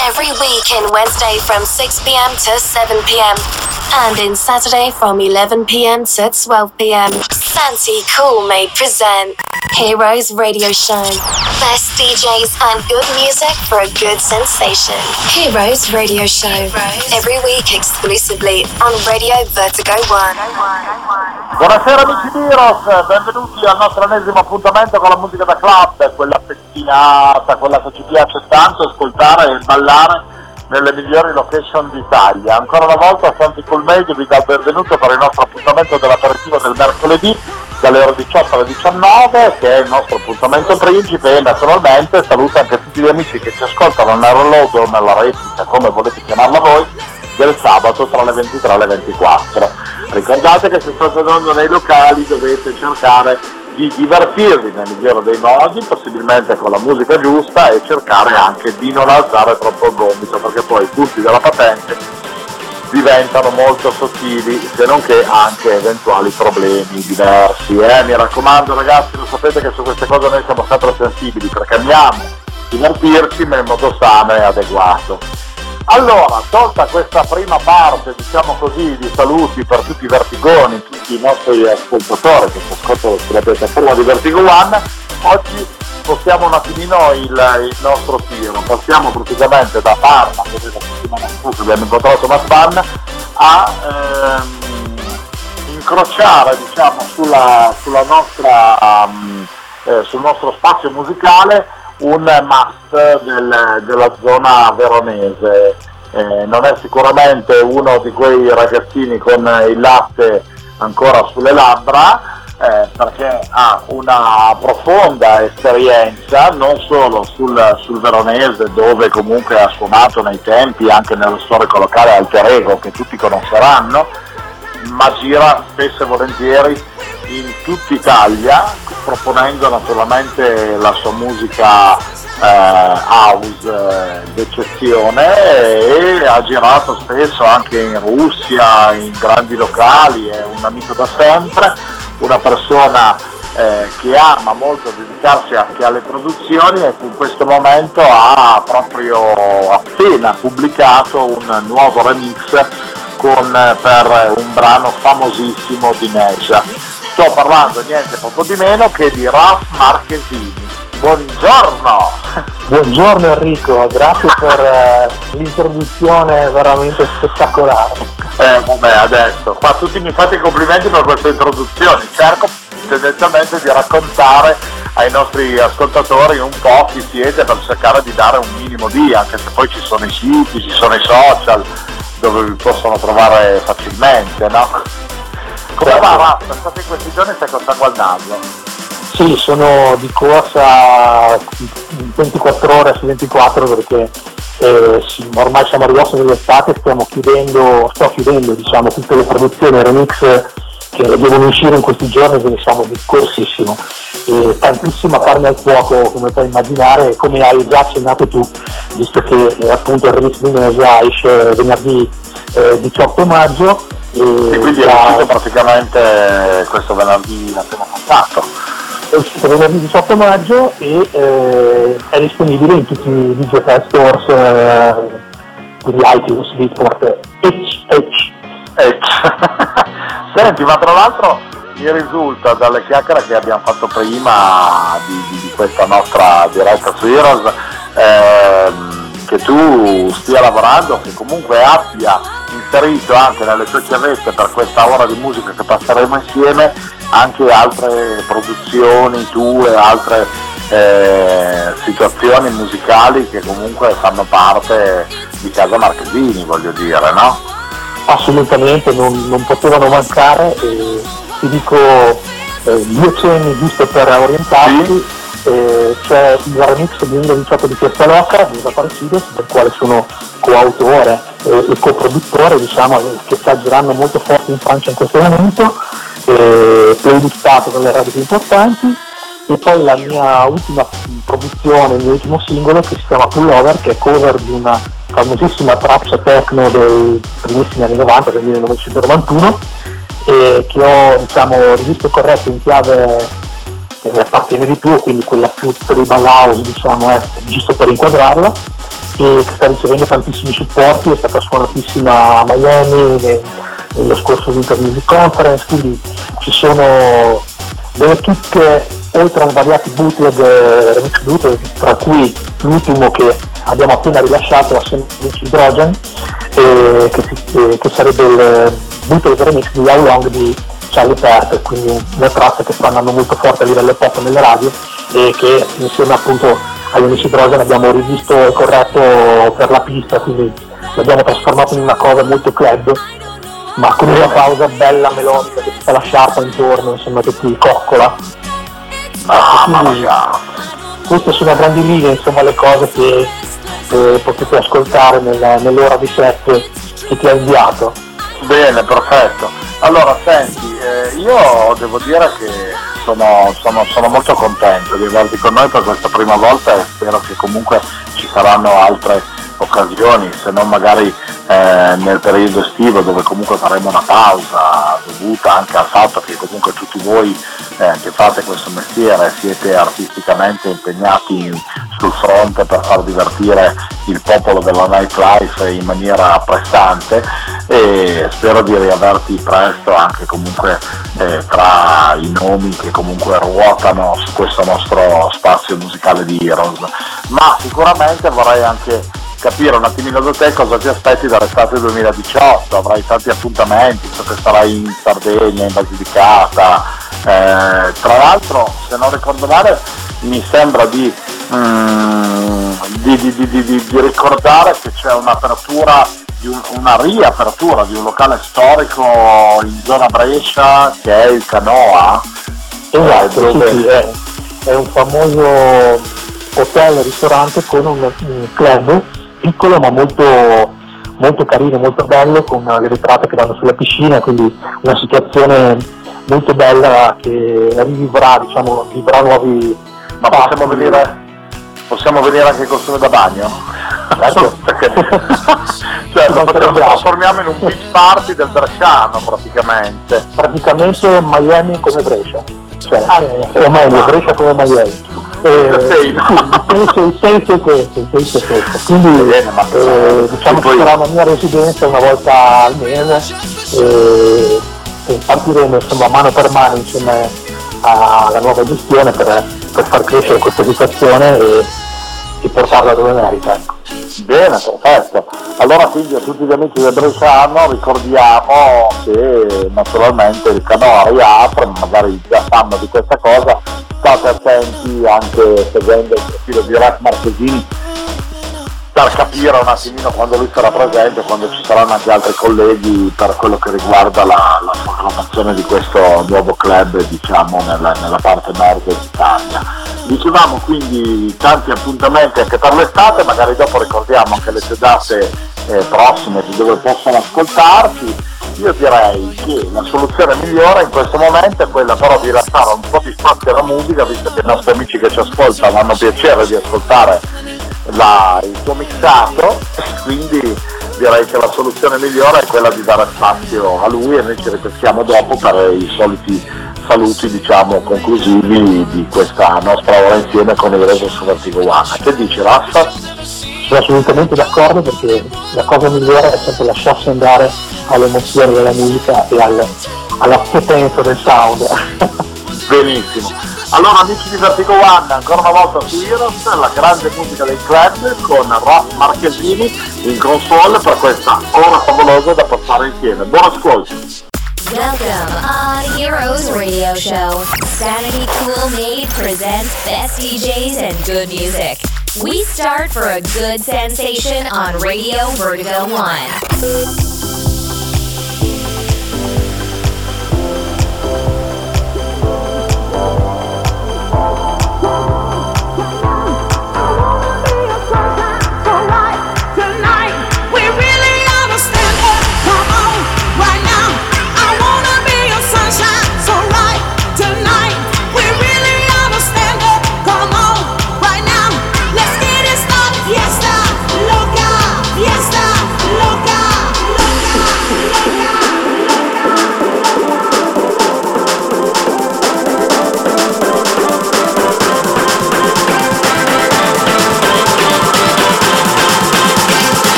Every week in Wednesday from 6 p.m. to 7 p.m. and in Saturday from 11 p.m. to 12 p.m. Santi Cool may present Heroes Radio Show. Best DJs and good music for a good sensation. Heroes Radio Show. Every week exclusively on Radio Vertigo One. Buonasera amici di Heroes, benvenuti al nostro ennesimo appuntamento con la musica da club, quella pettinata, quella che ci piace tanto ascoltare e ballare nelle migliori location d'Italia. Ancora una volta Santi Cool Medio vi dà il benvenuto per il nostro appuntamento dell'aperitivo del mercoledì dalle ore 18 alle 19, che è il nostro appuntamento principe, e naturalmente saluto anche tutti gli amici che ci ascoltano nel reload o nella replica, come volete chiamarla voi, del sabato tra le 23 e le 24. Ricordate che se state andando nei locali dovete cercare di divertirvi nel migliore dei modi, possibilmente con la musica giusta, e cercare anche di non alzare troppo il gomito, perché poi i punti della patente diventano molto sottili, se non che anche eventuali problemi diversi. Mi raccomando ragazzi, lo sapete che su queste cose noi siamo sempre sensibili, perché amiamo divertirci ma in modo sano e adeguato. Allora, tolta questa prima parte, diciamo così, di saluti per tutti i vertigoni, tutti i nostri ascoltatori che ci ascoltano sulla piattaforma di Vertigo One, oggi spostiamo un attimino il nostro tiro. Passiamo praticamente da Parma, dove la settimana scorsa abbiamo incontrato Maspan, a incrociare, diciamo, sulla nostra, sul nostro spazio musicale un must della zona veronese. Non è sicuramente uno di quei ragazzini con il latte ancora sulle labbra, perché ha una profonda esperienza non solo sul veronese, dove comunque ha suonato nei tempi anche nello storico locale Alter Ego, che tutti conosceranno, ma gira spesso e volentieri in tutta Italia, proponendo naturalmente la sua musica house d'eccezione, e ha girato spesso anche in Russia, in grandi locali. È un amico da sempre, una persona che ama molto dedicarsi anche alle produzioni, e in questo momento ha proprio appena pubblicato un nuovo remix per un brano famosissimo di Neja. Sto parlando niente poco di meno che di Raf Marchesini. Buongiorno! Buongiorno Enrico, grazie per l'introduzione veramente spettacolare. Vabbè, adesso, qua tutti mi fate i complimenti per queste introduzioni. Cerco tendenzialmente di raccontare ai nostri ascoltatori un po' chi siete, per cercare di dare un minimo di, anche se poi ci sono i siti, ci sono i social dove vi possono trovare facilmente, no? Come va Raf? State in questi giorni, stai con sangue al naso? Sì, sono di corsa 24 ore su 24, perché sì, ormai siamo arrivati nell'estate, sto chiudendo diciamo tutte le produzioni remix che devono uscire in questi giorni, quindi siamo di corsissimo, e tantissima carne al fuoco, come puoi immaginare, come hai già accennato tu, visto che appunto il remix di Neja esce venerdì 18 maggio. E quindi è uscito praticamente questo venerdì l'appena passato. È uscito venerdì 18 maggio e è disponibile in tutti i digital stores, quindi iTunes, Beatport, Senti, ma tra l'altro mi risulta dalle chiacchiere che abbiamo fatto prima di questa nostra diretta su Heroes, che tu stia lavorando, che comunque abbia inserito anche nelle tue chiavette per questa ora di musica che passeremo insieme anche altre produzioni tue, altre situazioni musicali che comunque fanno parte di Casa Marchesini, voglio dire, no? Assolutamente, non potevano mancare, ti dico 2 cenni giusto per orientarti. Sì. C'è il remix 2018 di Fiesta Loca di Desaparecidos, del quale sono coautore e coproduttore, diciamo, che sta girando molto forte in Francia in questo momento, playlistato dalle radio più importanti. E poi la mia ultima produzione, il mio ultimo singolo, che si chiama Pullover, che è cover di una famosissima traccia techno dei primissimi anni 90, del 1991, e che ho, diciamo, rivisto e corretto in chiave appartiene di più, quindi quella più tribal house, diciamo, è giusto per inquadrarla, e che sta ricevendo tantissimi supporti, è stata suonatissima a Miami nello scorso Winter Music Conference, quindi ci sono delle chicche oltre a svariati bootleg, remix bootleg, tra cui l'ultimo che abbiamo appena rilasciato assieme a Hydrogen, che sarebbe il bootleg remix di How Long di Charlie Puth, quindi una traccia che sta andando molto forte a livello pop nelle radio e che insieme appunto agli amici Hydrogen abbiamo rivisto e corretto per la pista, quindi l'abbiamo trasformato in una cosa molto club, ma con una pausa bella melodica che sta la sciarpa intorno, insomma, che ti coccola. Quindi, queste sono a grandi linee, insomma, le cose che potete ascoltare nell'ora di set che ti ha inviato. Bene, perfetto. Allora, senti, io devo dire che sono molto contento di averti con noi per questa prima volta e spero che comunque ci saranno altre occasioni, se non magari nel periodo estivo, dove comunque faremo una pausa dovuta anche al fatto che comunque tutti voi che fate questo mestiere siete artisticamente impegnati sul fronte per far divertire il popolo della nightlife in maniera prestante, e spero di riaverti presto anche comunque tra i nomi che comunque ruotano su questo nostro spazio musicale di Heroes. Ma sicuramente vorrei anche capire un attimino da te cosa ti aspetti dall'estate 2018. Avrai tanti appuntamenti, so che sarai in Sardegna, in Basilicata, tra l'altro, se non ricordo male, mi sembra di ricordare che c'è un'apertura, una riapertura di un locale storico in zona Brescia che è il Canoa. Esatto, sì, è un famoso hotel-ristorante con un club piccolo ma molto carino, molto bello, con le vetrate che vanno sulla piscina, quindi una situazione molto bella che rivivrà, diciamo, vivrà nuovi. Ma possiamo venire anche in costume da bagno? Certo. Cioè lo trasformiamo in un beach party del bresciano praticamente. Praticamente Miami come Brescia, cioè o meglio Brescia come Miami. Il senso è questo. Quindi diciamo che sarà una mia residenza una volta al mese e partiremo, insomma, mano per mano insieme alla nuova gestione per far crescere questa situazione e portarla dove merita. Ecco. Bene, perfetto. Allora quindi a tutti gli amici del Bresciano ricordiamo che naturalmente il Canoa riapre, magari già sanno di questa cosa, state attenti anche seguendo il profilo di Raf Marchesini per capire un attimino quando lui sarà presente, quando ci saranno anche altri colleghi per quello che riguarda la proclamazione di questo nuovo club, diciamo, nella parte nord d'Italia. Dicevamo quindi tanti appuntamenti anche per l'estate, magari dopo ricordiamo anche le date prossime di dove possono ascoltarci. Io direi che la soluzione migliore in questo momento è quella però di lasciare un po' di spazio alla musica, visto che i nostri amici che ci ascoltano hanno piacere di ascoltare il tuo mixato, quindi direi che la soluzione migliore è quella di dare spazio a lui e noi ci ripetiamo dopo per i soliti saluti, diciamo, conclusivi di questa nostra ora insieme con il Reso su Vertigo One. Che dici, Raffa? Sono assolutamente d'accordo, perché la cosa migliore è sempre lasciarsi andare alle emozioni della musica e alla potenza del sound. Benissimo. Allora amici di Vertigo One, ancora una volta su Heroes, la grande musica del club con Raf Marchesini in console per questa ora favolosa da passare insieme. Buon ascolto! Welcome on Heroes Radio Show. Sanity Cool Made presents best DJs and good music. We start for a good sensation on Radio Vertigo One. Fiesta, loca,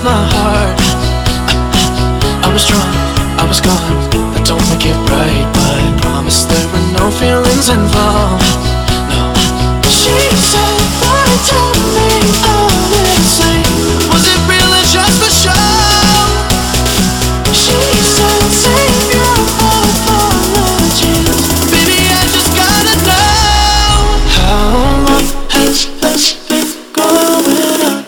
my heart. I was drunk, I was gone. That don't make it right, but I promise there were no feelings involved. No. She said, "Why tell me honestly? Was it real or just for show?" She said, "Save your apologies. Baby, I just gotta know how long has this been going on?"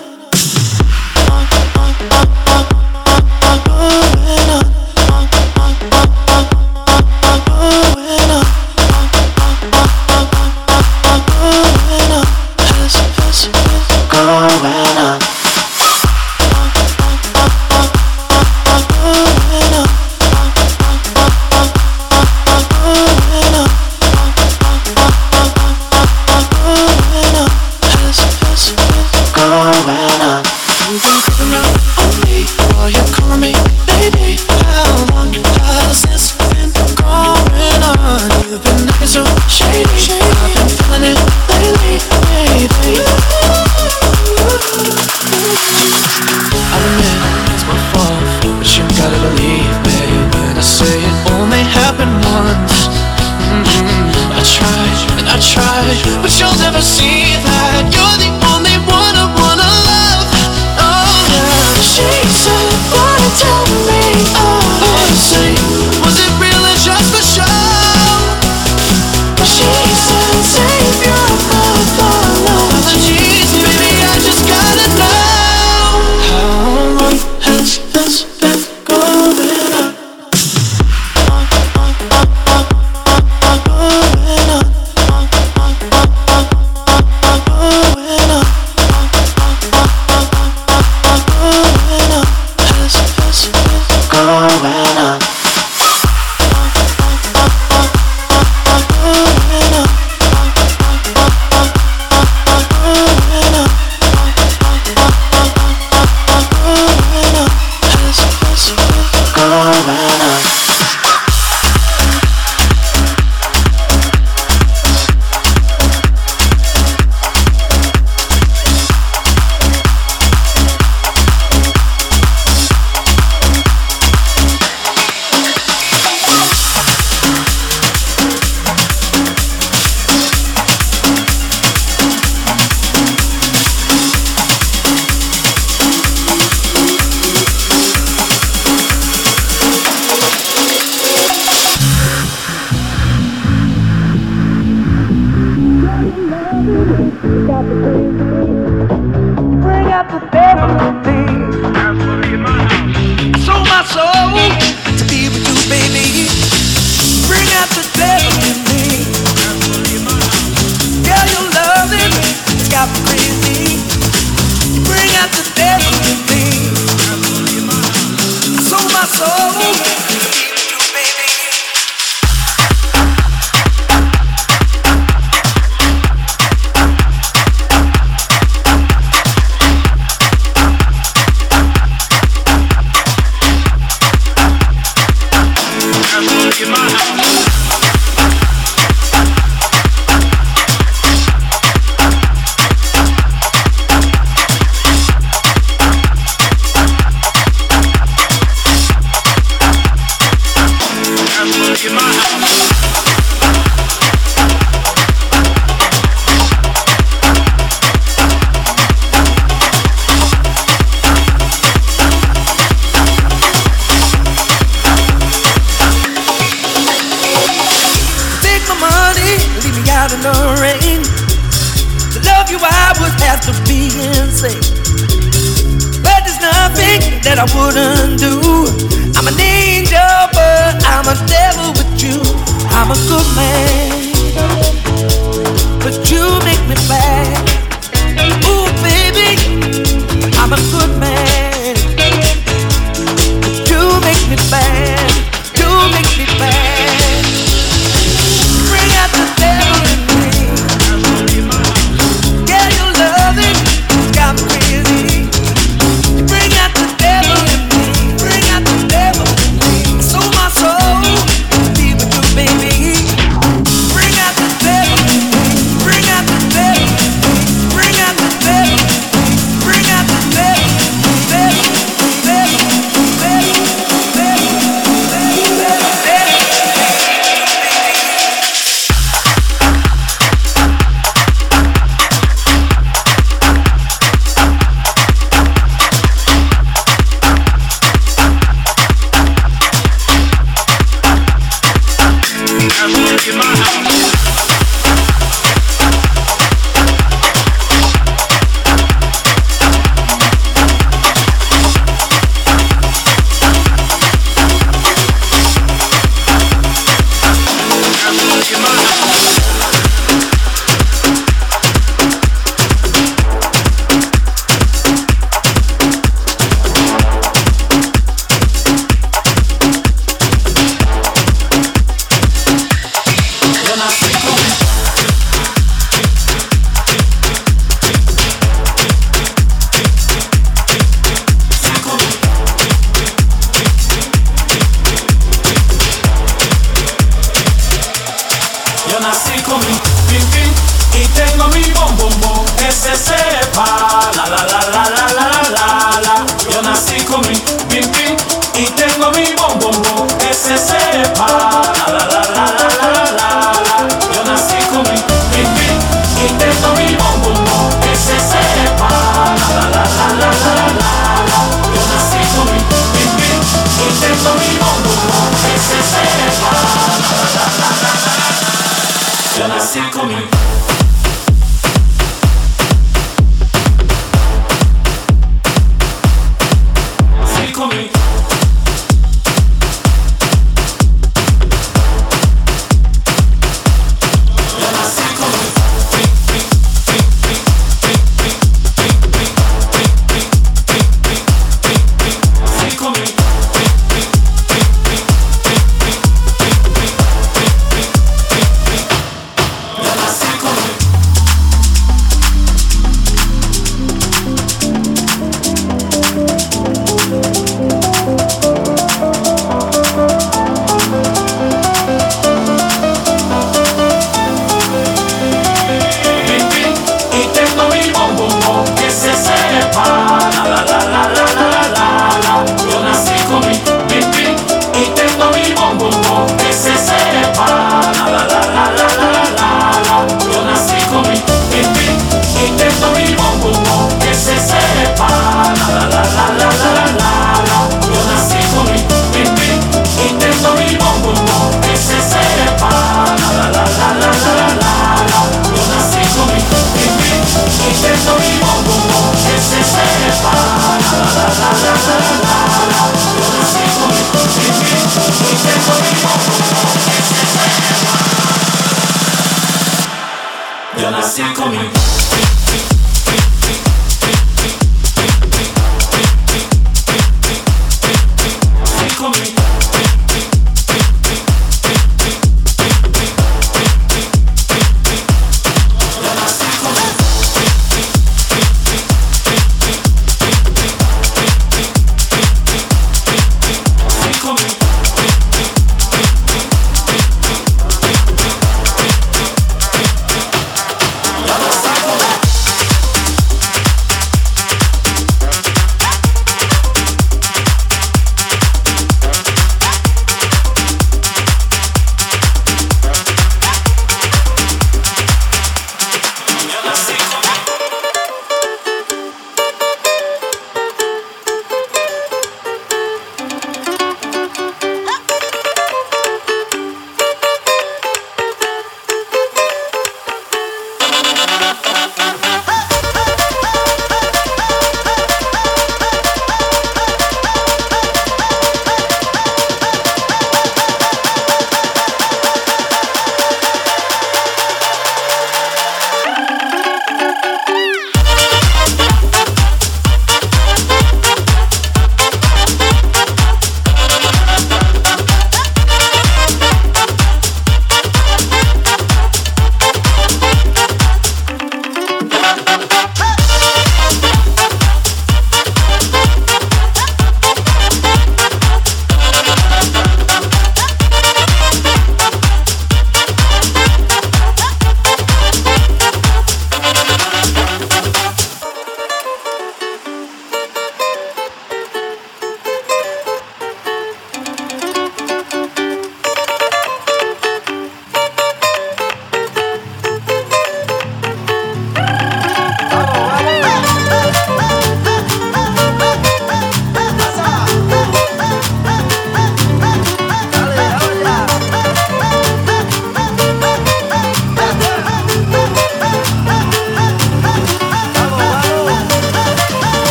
mi bim bim y tengo mi bom bom bom que se sepa. La la la la la la la. Yo nací con mi bim bim y tengo mi bom bom bom que se sepa. La la la la la la. Yo nací con mi bim bim y tengo mi bom bom bom que se sepa. La la la la la. Yo nací con mi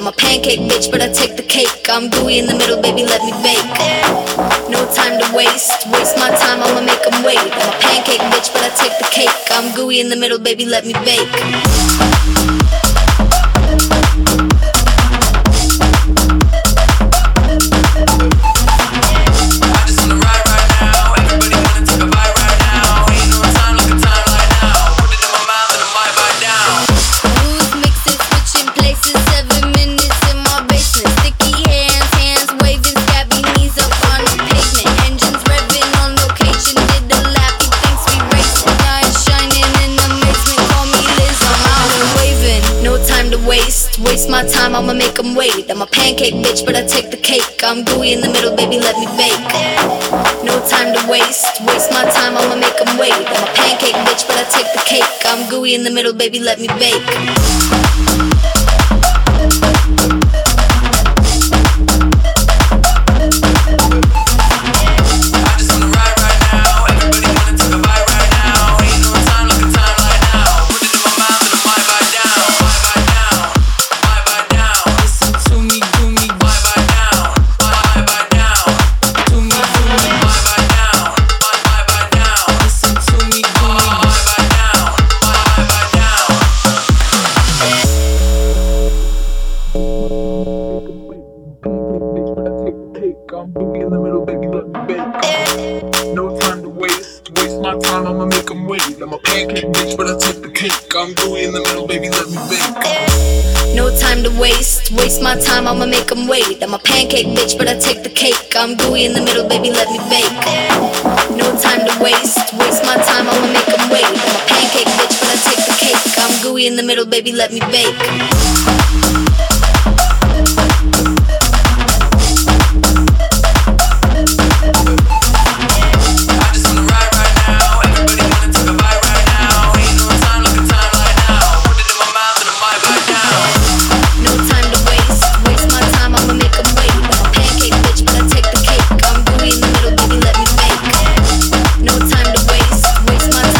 I'm a pancake bitch, but I take the cake. I'm gooey in the middle, baby, let me bake. No time to waste my time, I'ma make them wait. I'm a pancake bitch, but I take the cake. I'm gooey in the middle, baby, let me bake. Waste my time, I'ma make them wait. I'm a pancake bitch, but I take the cake. I'm gooey in the middle, baby, let me bake. No time to waste my time, I'ma make them wait. I'm a pancake bitch, but I take the cake. I'm gooey in the middle, baby, let me bake. Waste my time, I'ma make them wait. I'm a pancake bitch, but I take the cake. I'm gooey in the middle, baby, let me bake. No time to waste my time, I'ma make them wait. I'm a pancake bitch, but I take the cake. I'm gooey in the middle, baby, let me bake.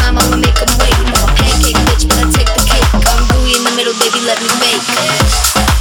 Let me bake.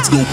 Let's go.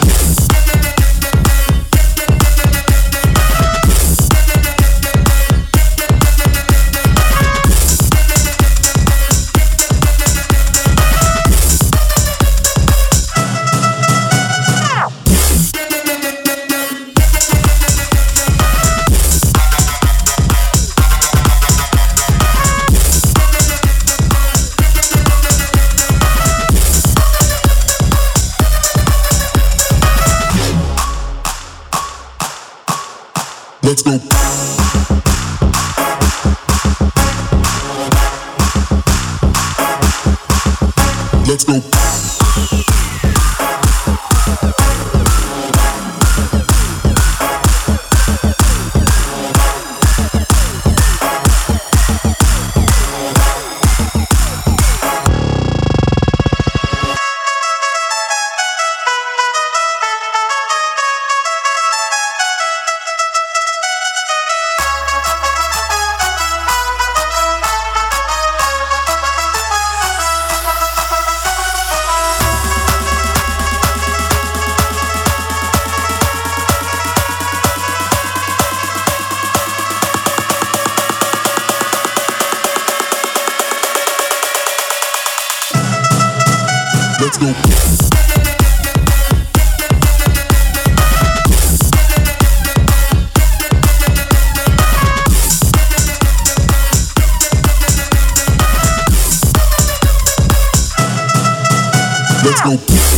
Let's go. Let's go. Let's go. Let's go.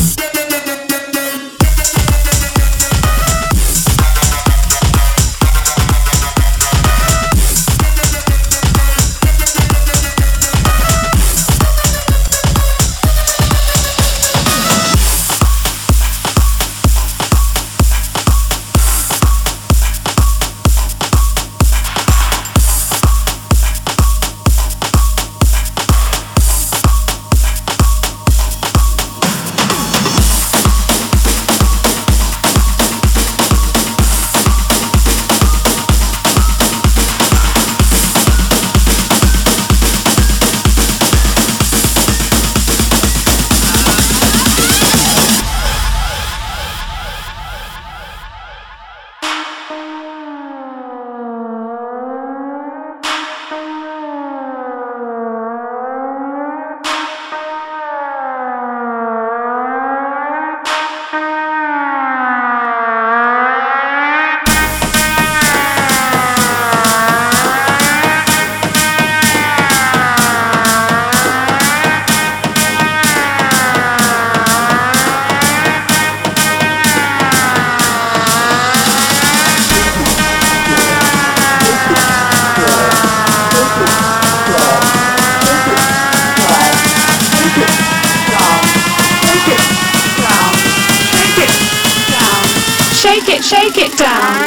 Shake it down.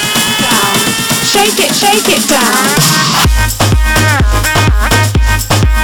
Shake it down.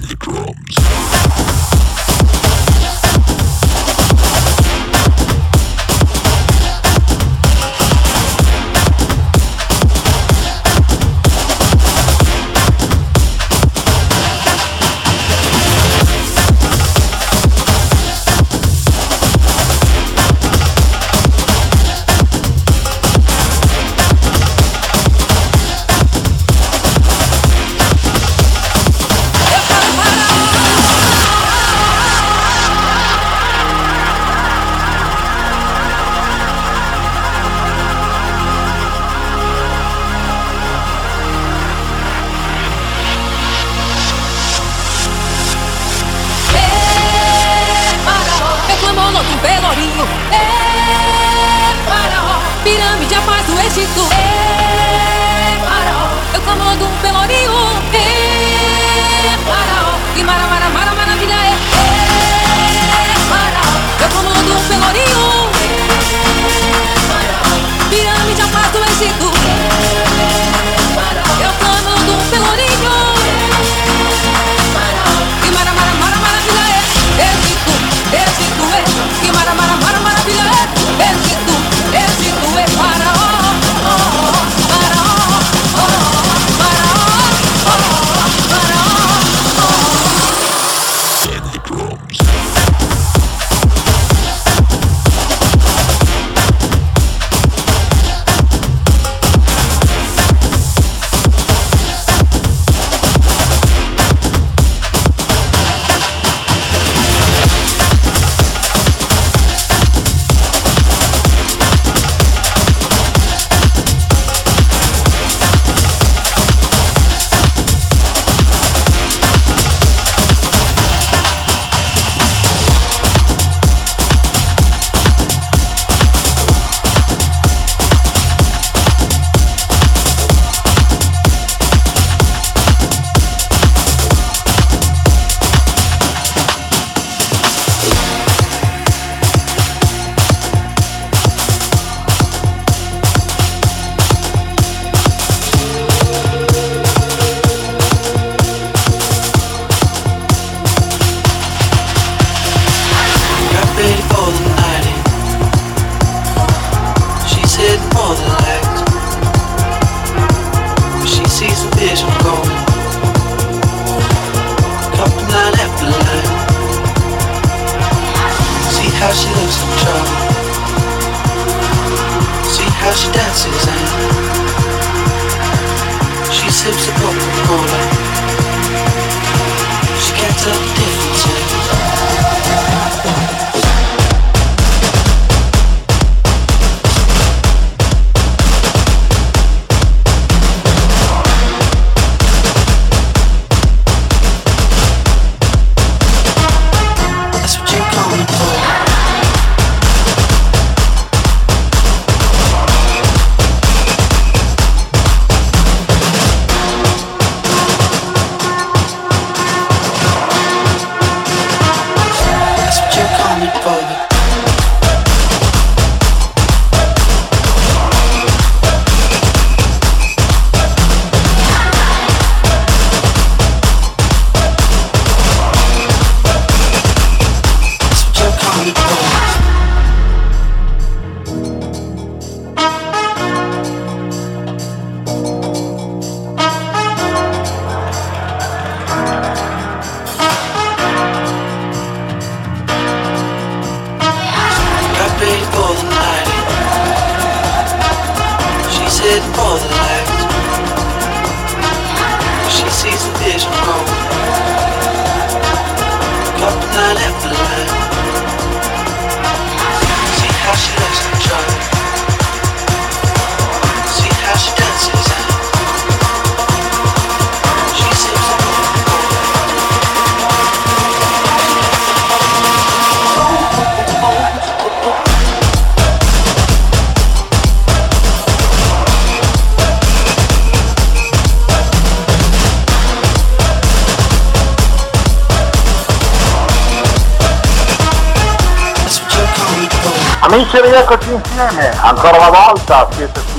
Amici, rieccoci insieme, ancora una volta siete qui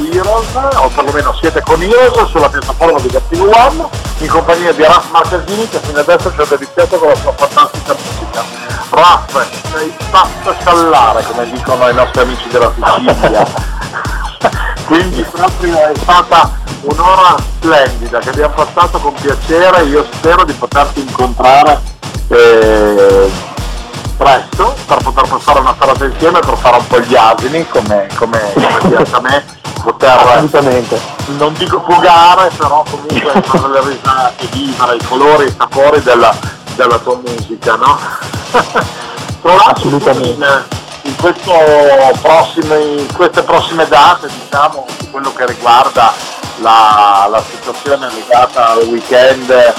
Heroes, o perlomeno siete con Heroes sulla piattaforma di Vertigo One, in compagnia di Raf Marchesini, che fino adesso ci ha deliziato con la sua fantastica musica. Raf, sei fatto scallare, come dicono i nostri amici della Sicilia. Quindi proprio è stata un'ora splendida che abbiamo passato con piacere. Io spero di poterti incontrare presto per poter passare una serata insieme, per fare un po' gli asini come piace a me, poter Assolutamente. non dico fugare, però comunque fare le risate, vivere i colori e i sapori della tua musica, no? Tra l'altro Assolutamente. in queste prossime date, diciamo, su quello che riguarda la situazione legata al weekend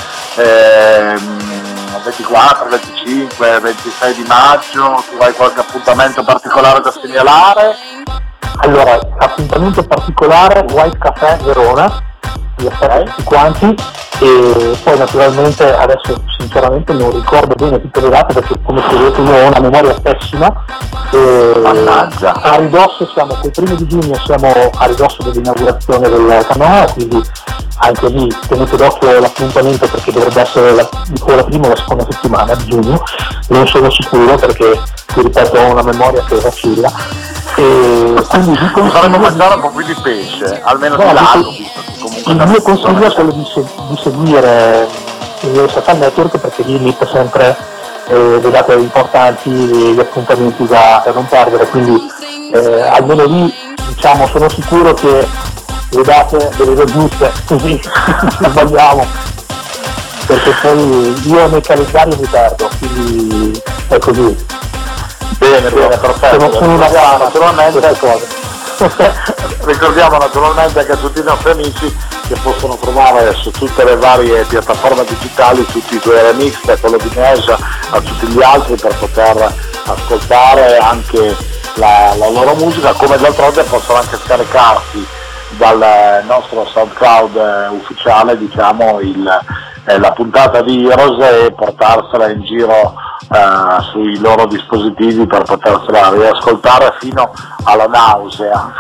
24, 25, 26 di maggio, tu hai qualche appuntamento particolare da segnalare? Allora, appuntamento particolare, White Café Verona, vi aspetto tutti quanti, e poi naturalmente adesso sinceramente non ricordo bene tutte le date perché come ti ho detto io ho una memoria pessima. Mannaggia. A ridosso siamo, col 1 di giugno siamo a ridosso dell'inaugurazione del canale, quindi anche lì tenete d'occhio l'appuntamento perché dovrebbe essere la prima o la seconda settimana di giugno, non sono sicuro perché ti ripeto ho una memoria che vacilla, e quindi Mi faremo mangiare un po' più di pesce, almeno di lago, visto che comunque il mio consiglio è quello di seguire il mio social network perché lì mette sempre le date importanti, gli appuntamenti da non perdere, quindi almeno lì diciamo sono sicuro che le date le vedo giuste, così ci sbagliamo, perché poi io nei calendari mi perdo, quindi è così. Bene, perfetto. Sono una gara, naturalmente queste cose. Ricordiamo naturalmente anche a tutti i nostri amici che possono trovare su tutte le varie piattaforme digitali tutti i tuoi remix, da quello di Neja a tutti gli altri, per poter ascoltare anche la loro musica, come d'altronde possono anche scaricarsi dal nostro SoundCloud ufficiale, diciamo, la puntata di Heroes e portarsela in giro sui loro dispositivi per potersela riascoltare fino alla nausea.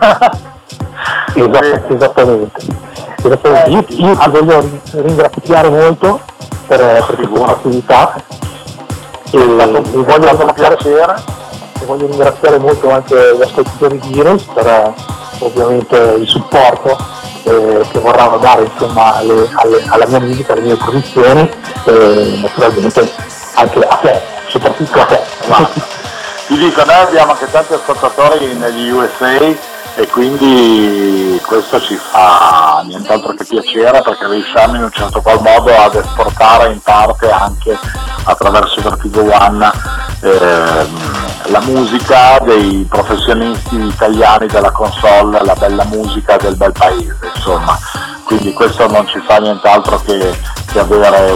Esattamente. Io ti voglio ringraziare molto per questa attività e voglio ringraziare molto anche gli ascoltatori di Heroes per ovviamente il supporto che vorranno dare insomma alla mia musica, alle mie produzioni e naturalmente anche a te, soprattutto a te. Ti dico, noi abbiamo anche tanti ascoltatori negli USA e quindi questo ci fa nient'altro che piacere, perché riusciamo in un certo qual modo ad esportare in parte anche attraverso Vertigo One la musica dei professionisti italiani della console, la bella musica del bel paese, insomma, quindi questo non ci fa nient'altro che avere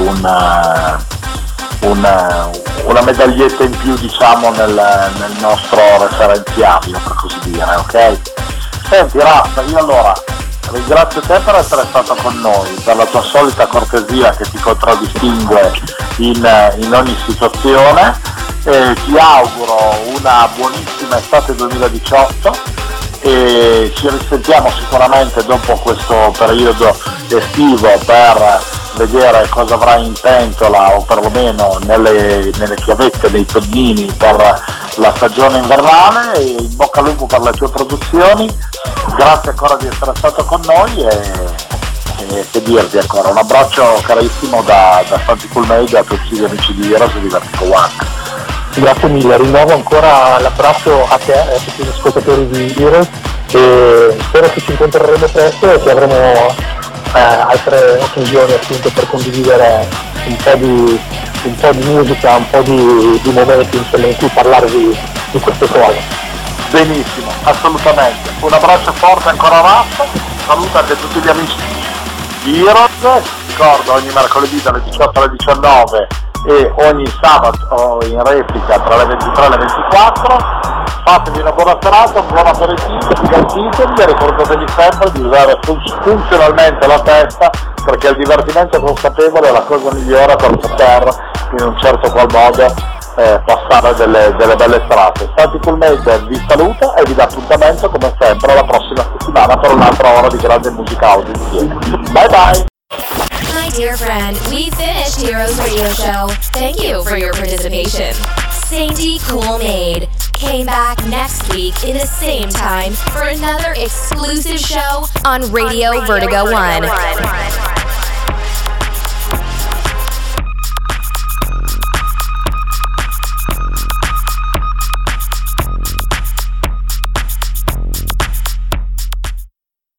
una medaglietta in più, diciamo, nel nostro referenziario, per così dire, ok? Senti Raffa, io allora ringrazio te per essere stato con noi, per la tua solita cortesia che ti contraddistingue in ogni situazione, ti auguro una buonissima estate 2018 e ci risentiamo sicuramente dopo questo periodo estivo per vedere cosa avrai in pentola, o perlomeno nelle chiavette dei tonnini per la stagione invernale, e in bocca al lupo per le tue produzioni. Grazie ancora di essere stato con noi e che dirti ancora, un abbraccio carissimo da Santi Cool Made a tutti gli amici di Heroes e di Vertigo One. Grazie mille, rinnovo ancora l'abbraccio a te e a tutti gli ascoltatori di Heroes e spero che ci incontreremo presto e che avremo altre occasioni appunto per condividere un po' di musica, un po' di momenti insomma in cui parlare di queste cose. Benissimo, assolutamente. Un abbraccio forte ancora a Raffa, saluta anche tutti gli amici di Heroes, ricordo ogni mercoledì dalle 18 alle 19 e ogni sabato in replica tra le 23 e le 24. Fatevi una buona serata, un buon aperitivo, divertitevi e ricordatevi sempre di usare funzionalmente la testa, perché il divertimento consapevole è la cosa migliore per poter in un certo qual modo passare delle belle serate. Santi Cool Made vi saluta e vi dà appuntamento come sempre la prossima settimana per un'altra ora di grande musica audio insieme. Bye bye! My dear friend, we finished Heroes Radio Show. Thank you for your participation. Sandy Cool Made came back next week in the same time for another exclusive show on Radio Vertigo 1.